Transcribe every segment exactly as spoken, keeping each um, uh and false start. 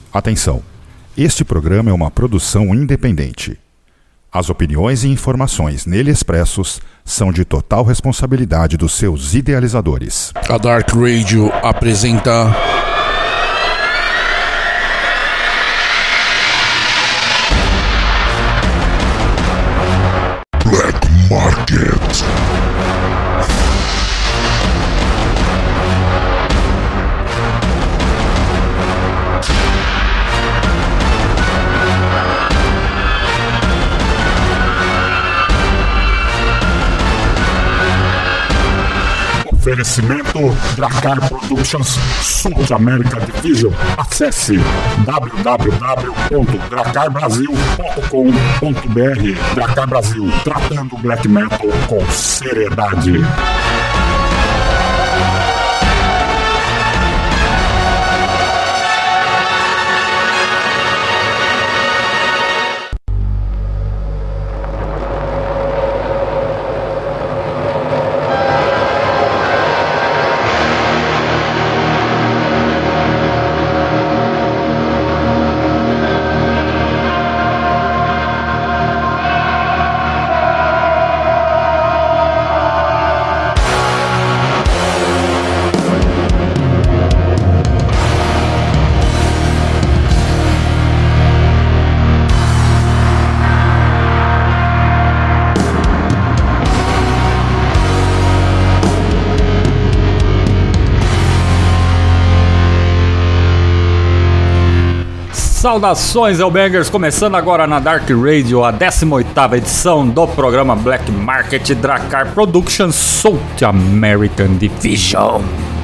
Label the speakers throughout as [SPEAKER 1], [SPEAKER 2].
[SPEAKER 1] Atenção! Este programa é uma produção independente. As opiniões e informações nele expressos são de total responsabilidade dos seus idealizadores.
[SPEAKER 2] A Dark Radio apresenta... Black Market.
[SPEAKER 3] Oferecimento Dracar Productions South America Division. Acesse w w w ponto dracar brasil ponto com ponto b r. Dracar Brasil, tratando o black metal com seriedade.
[SPEAKER 4] Saudações, Hellbangers! Começando agora na Dark Radio, a décima oitava edição do programa Black Market Dracar Productions South American Division.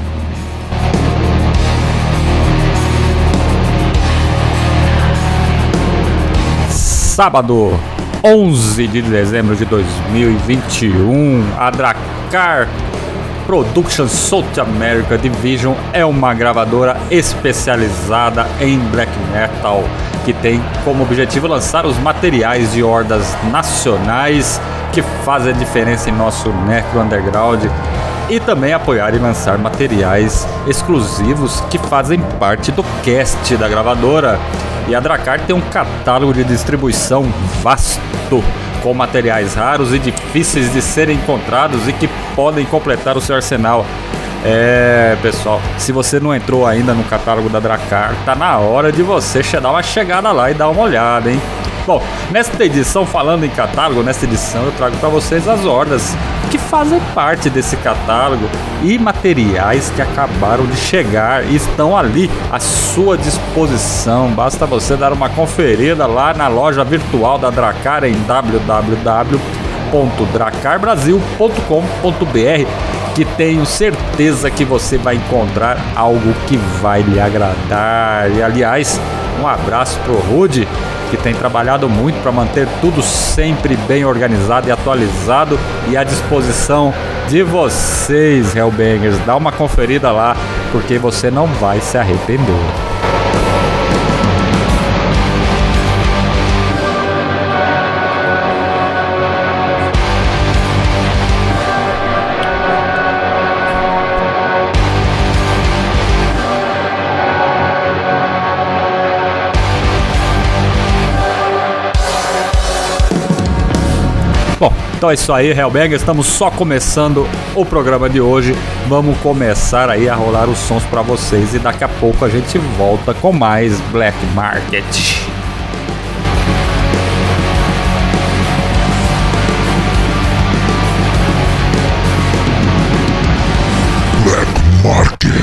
[SPEAKER 4] Sábado, onze de dezembro de dois mil e vinte e um, a Dracar Productions South America Division é uma gravadora especializada em black metal que tem como objetivo lançar os materiais de hordas nacionais que fazem a diferença em nosso necro underground e também apoiar e lançar materiais exclusivos que fazem parte do cast da gravadora. E a Dracar tem um catálogo de distribuição vasto, com materiais raros e difíceis de serem encontrados e que podem completar o seu arsenal. É, pessoal, se você não entrou ainda no catálogo da Dracar, tá na hora de você dar uma chegada lá e dar uma olhada, hein? Bom, nesta edição, falando em catálogo, nesta edição eu trago para vocês as hordas que fazem parte desse catálogo e materiais que acabaram de chegar e estão ali à sua disposição. Basta você dar uma conferida lá na loja virtual da Dracar em w w w ponto dracar brasil ponto com ponto b r, que tenho certeza que você vai encontrar algo que vai lhe agradar. E aliás, um abraço pro Rude, que tem trabalhado muito para manter tudo sempre bem organizado e atualizado e à disposição de vocês, Hellbangers. Dá uma conferida lá, porque você não vai se arrepender. Bom, então é isso aí, Hellbangers, estamos só começando o programa de hoje. Vamos começar aí a rolar os sons para vocês e daqui a pouco a gente volta com mais Black Market.
[SPEAKER 2] Black Market.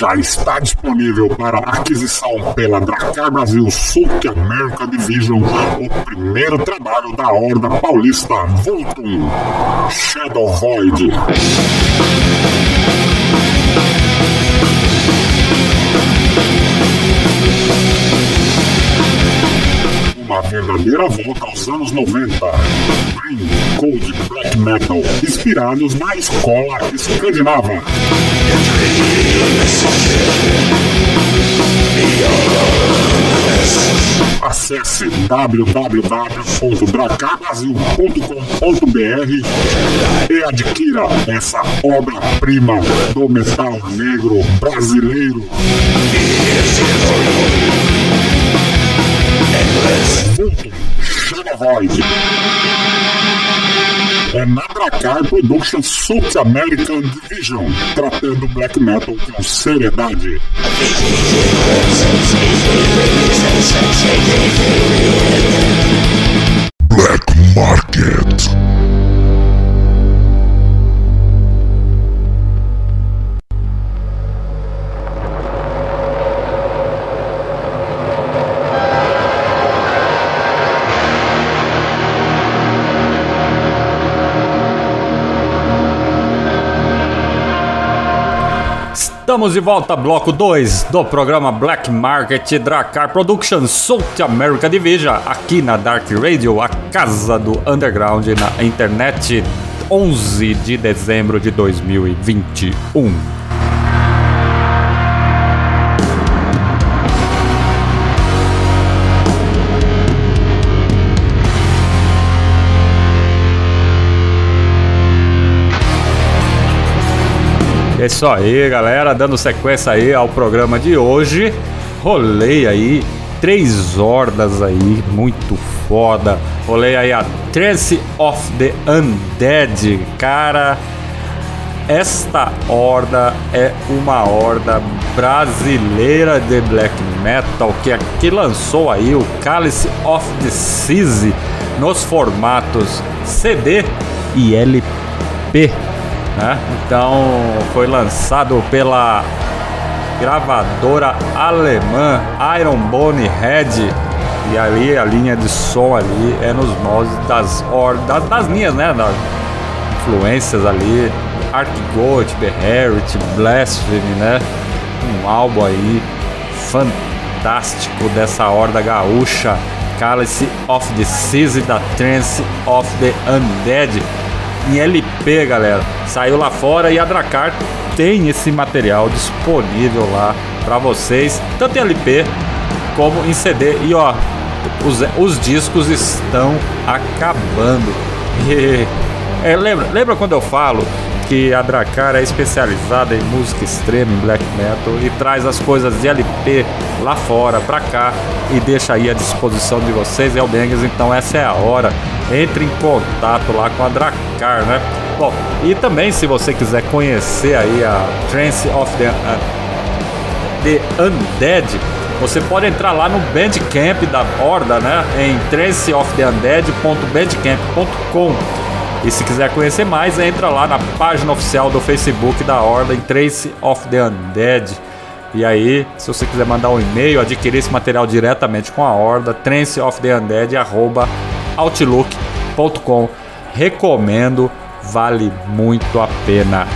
[SPEAKER 3] já está disponível para aquisição pela Dracar Brasil South America Division o primeiro trabalho da Horda Paulista Vultum, Shadow Void. Uma verdadeira volta aos anos noventa. Green, Cold, Black Metal, inspirados na escola escandinava. Acesse w w w ponto dracar brasil ponto com ponto b r e adquira essa obra-prima do metal negro brasileiro. Vultum, Shadow Void. É na Dracar Productions South American Division, tratando black metal com seriedade.
[SPEAKER 2] Black Market.
[SPEAKER 4] Estamos de volta, bloco dois do programa Black Market Dracar Productions South America Division, aqui na Dark Radio, a casa do underground na internet, onze de dezembro de dois mil e vinte e um. É isso aí, galera, dando sequência aí ao programa de hoje. Rolei aí três hordas aí, muito foda. Rolei aí a Trance of the Undead. Cara, esta horda é uma horda brasileira de black metal que, que lançou aí o Cálice of the Seas nos formatos C D e L P. Né? Então foi lançado pela gravadora alemã Iron Bone Head, e ali a linha de som ali é nos moldes das das, das linhas, né, das influências ali, Archgoat, Beherit, Blasphemy, né? Um álbum aí fantástico dessa horda gaúcha, Cálice of the Seas da Trance of the Undead. Em L P, galera, saiu lá fora e a Dracar tem esse material disponível lá pra vocês, tanto em L P como em C D. E ó, os, os discos estão acabando. E, é, lembra, lembra quando eu falo que a Dracar é especializada em música extrema, em black metal, e traz as coisas de L P lá fora pra cá e deixa aí à disposição de vocês, Hellbangers? Então essa é a hora. Entre em contato lá com a Dracar, né? Bom, e também se você quiser conhecer aí a Trance of the, uh, the Undead, você pode entrar lá no Bandcamp da Horda, né? Em trance of the undead ponto bandcamp ponto com. E se quiser conhecer mais, entra lá na página oficial do Facebook da Horda em Trance of the Undead. E aí, se você quiser mandar um e-mail, adquirir esse material diretamente com a Horda, trance of the undead arroba outlook ponto com. Recomendo, vale muito a pena.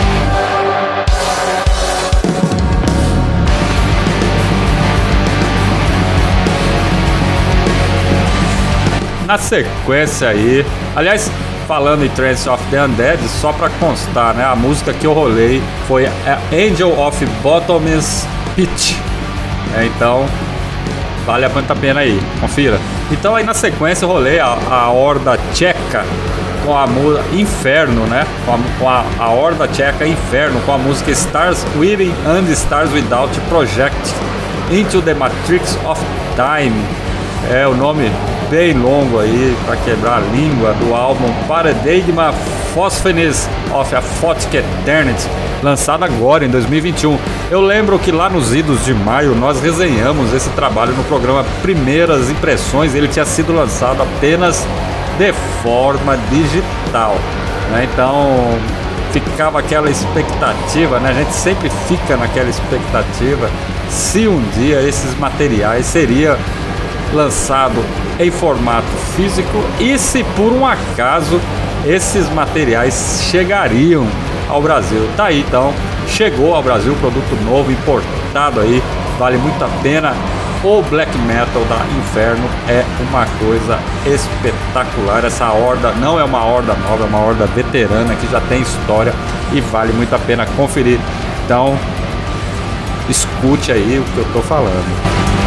[SPEAKER 4] Na sequência aí, aliás, falando em Trance of the Undead, só pra constar, né, a música que eu rolei foi a Angel of Bottomless Pit. É, então vale muito a pena aí, confira. Então aí na sequência eu rolei a, a Horda Tcheca com a música Inferno, né? Com, a, com a, a Horda Tcheca Inferno com a música Stars Within and Stars Without Project Into the Matrix of Time. É o nome bem longo aí para quebrar a língua do álbum Paradigma Phosphenes of a Photic Eternity, lançado agora em dois mil e vinte e um. Eu lembro que lá nos idos de maio nós resenhamos esse trabalho no programa Primeiras Impressões. Ele tinha sido lançado apenas de forma digital, né? Então ficava aquela expectativa, né? A gente sempre fica naquela expectativa se um dia esses materiais seriam lançados em formato físico e se por um acaso esses materiais chegariam ao Brasil. Tá aí então, chegou ao Brasil, produto novo, importado aí, vale muito a pena. O Black Metal da Inferno é uma coisa espetacular. Essa horda não é uma horda nova, é uma horda veterana que já tem história e vale muito a pena conferir. Então, escute aí o que eu tô falando.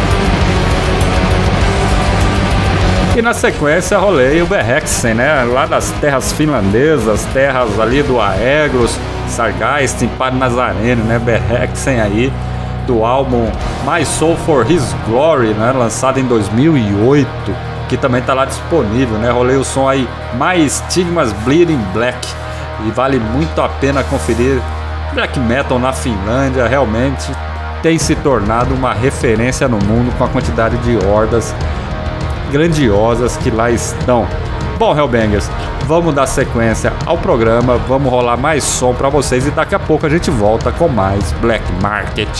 [SPEAKER 4] E na sequência rolei o Berhexen, né? Lá das terras finlandesas, terras ali do Aegros, Sargeist, em Parnasarene, né? Berhexen aí, do álbum My Soul for His Glory, né? Lançado em dois mil e oito, que também tá lá disponível, né? Rolei o som aí, My Stigmas Bleeding Black, e vale muito a pena conferir. Black Metal na Finlândia realmente tem se tornado uma referência no mundo com a quantidade de hordas grandiosas que lá estão. Bom, Hellbangers, vamos dar sequência ao programa, vamos rolar mais som pra vocês e daqui a pouco a gente volta com mais Black Market.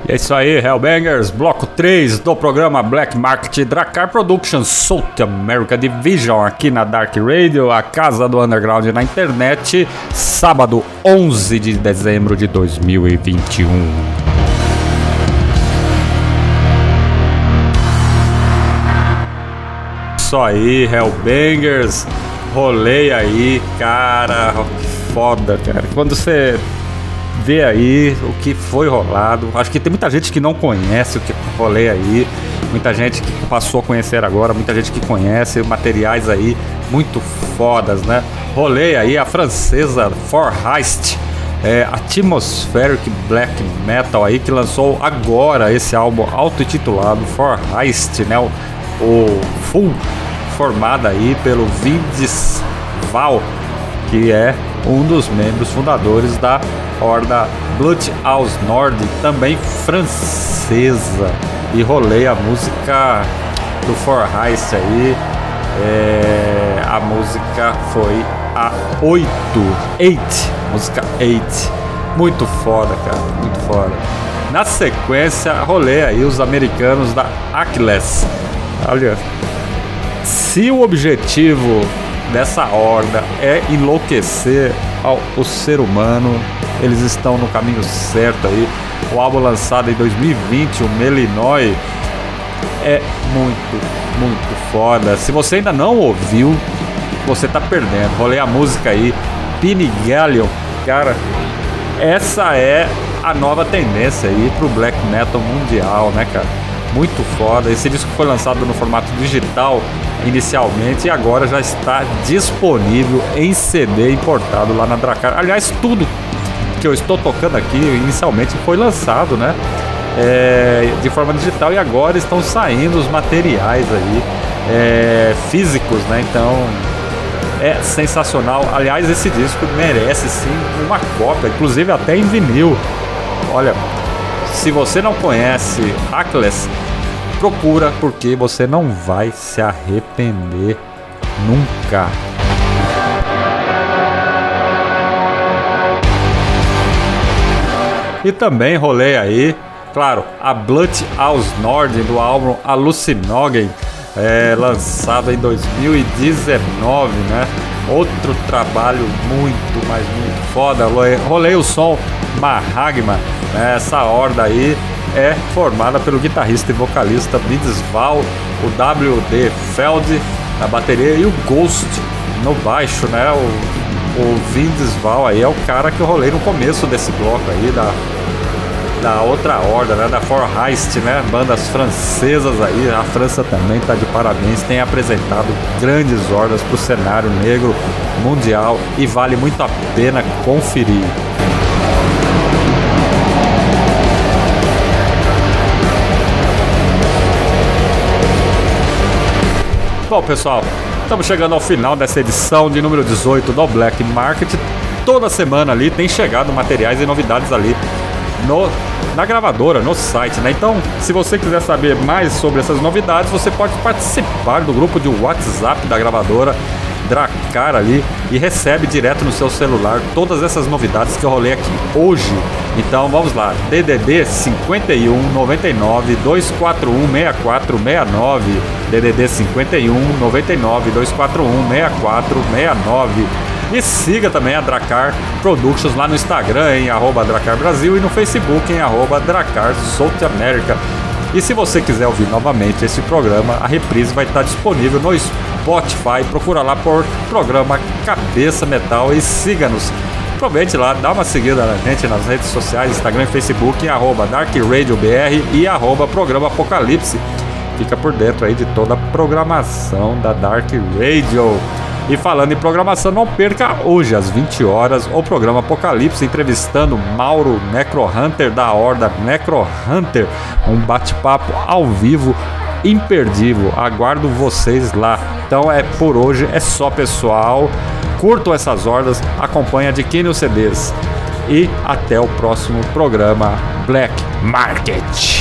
[SPEAKER 4] É isso aí, Hellbangers, bloco três do programa Black Market Drakkar Productions South America Division aqui na Dark Radio, a casa do underground na internet, sábado onze de dezembro de dois mil e vinte e um. Isso aí, Hellbangers, rolei aí, cara, foda, cara. Quando você vê aí o que foi rolado, acho que tem muita gente que não conhece o que rolei aí, muita gente que passou a conhecer agora, muita gente que conhece materiais aí muito fodas, né? Rolei aí a francesa For Heist, é, Atmospheric Black Metal aí, que lançou agora esse álbum auto-intitulado For Heist, né? O, o full formada aí pelo Vindes Val, que é um dos membros fundadores da horda Blood aus Nord, também francesa. E rolei a música do For Heist aí, é, a música foi a oito, oito, música oito, muito foda, cara, muito foda. Na sequência, rolei aí os americanos da Achilles. Olha, se o objetivo dessa horda é enlouquecer ao, o ser humano, eles estão no caminho certo aí. O álbum lançado em dois mil e vinte, o Melinoi, é muito, muito foda. Se você ainda não ouviu, você tá perdendo. Rolei a música aí, Pinegallion. Cara, essa é a nova tendência aí pro black metal mundial, né, cara? Muito foda. Esse disco foi lançado no formato digital inicialmente e agora já está disponível em C D importado lá na Drakkar. Aliás, tudo que eu estou tocando aqui inicialmente foi lançado, né, é, de forma digital, e agora estão saindo os materiais aí é, físicos, né? Então é sensacional. Aliás, esse disco merece sim uma cópia, inclusive até em vinil. Olha, se você não conhece Achilles, procura, porque você não vai se arrepender nunca. E também rolei aí, claro, a Blood aus Nord do álbum Hallucinogen, é, lançado em dois mil e dezenove, né? Outro trabalho muito, mas muito foda. Rolei o som Mahagma, né? Essa horda aí é formada pelo guitarrista e vocalista Vindsval, o W D Feld na bateria e o Ghost no baixo, né? O, o Vindsval aí é o cara que eu rolei no começo desse bloco aí da, da outra horda, né? Da For Heist, né? Bandas francesas aí. A França também tá de parabéns, tem apresentado grandes hordas pro cenário negro mundial e vale muito a pena conferir. Bom, pessoal, estamos chegando ao final dessa edição de número dezoito do Black Market. Toda semana ali tem chegado materiais e novidades ali no, na gravadora, no site, né? Então, se você quiser saber mais sobre essas novidades, você pode participar do grupo de WhatsApp da gravadora Drakkar ali e recebe direto no seu celular todas essas novidades que eu rolei aqui hoje. Então vamos lá, D D D cinquenta e um, noventa e nove, duzentos e quarenta e um, sessenta e quatro sessenta e nove, D D D cinquenta e um, noventa e nove, duzentos e quarenta e um, sessenta e quatro sessenta e nove. E siga também a Drakkar Productions lá no Instagram, em arroba Drakkar Brasil, e no Facebook em arroba Drakkar South America. E se você quiser ouvir novamente esse programa, a reprise vai estar disponível no Spotify. Procura lá por programa Cabeça Metal e siga-nos. Aproveite lá, dá uma seguida na gente nas redes sociais, Instagram e Facebook, em arroba Dark Radio B R e arroba Programa Apocalipse. Fica por dentro aí de toda a programação da Dark Radio. E falando em programação, não perca hoje às vinte horas o programa Apocalipse, entrevistando Mauro Necrohunter da horda Necrohunter, um bate-papo ao vivo imperdível. Aguardo vocês lá. Então é por hoje, é só, pessoal. Curtam essas hordas, acompanhem, adquirem os C Ds e até o próximo programa Black Market.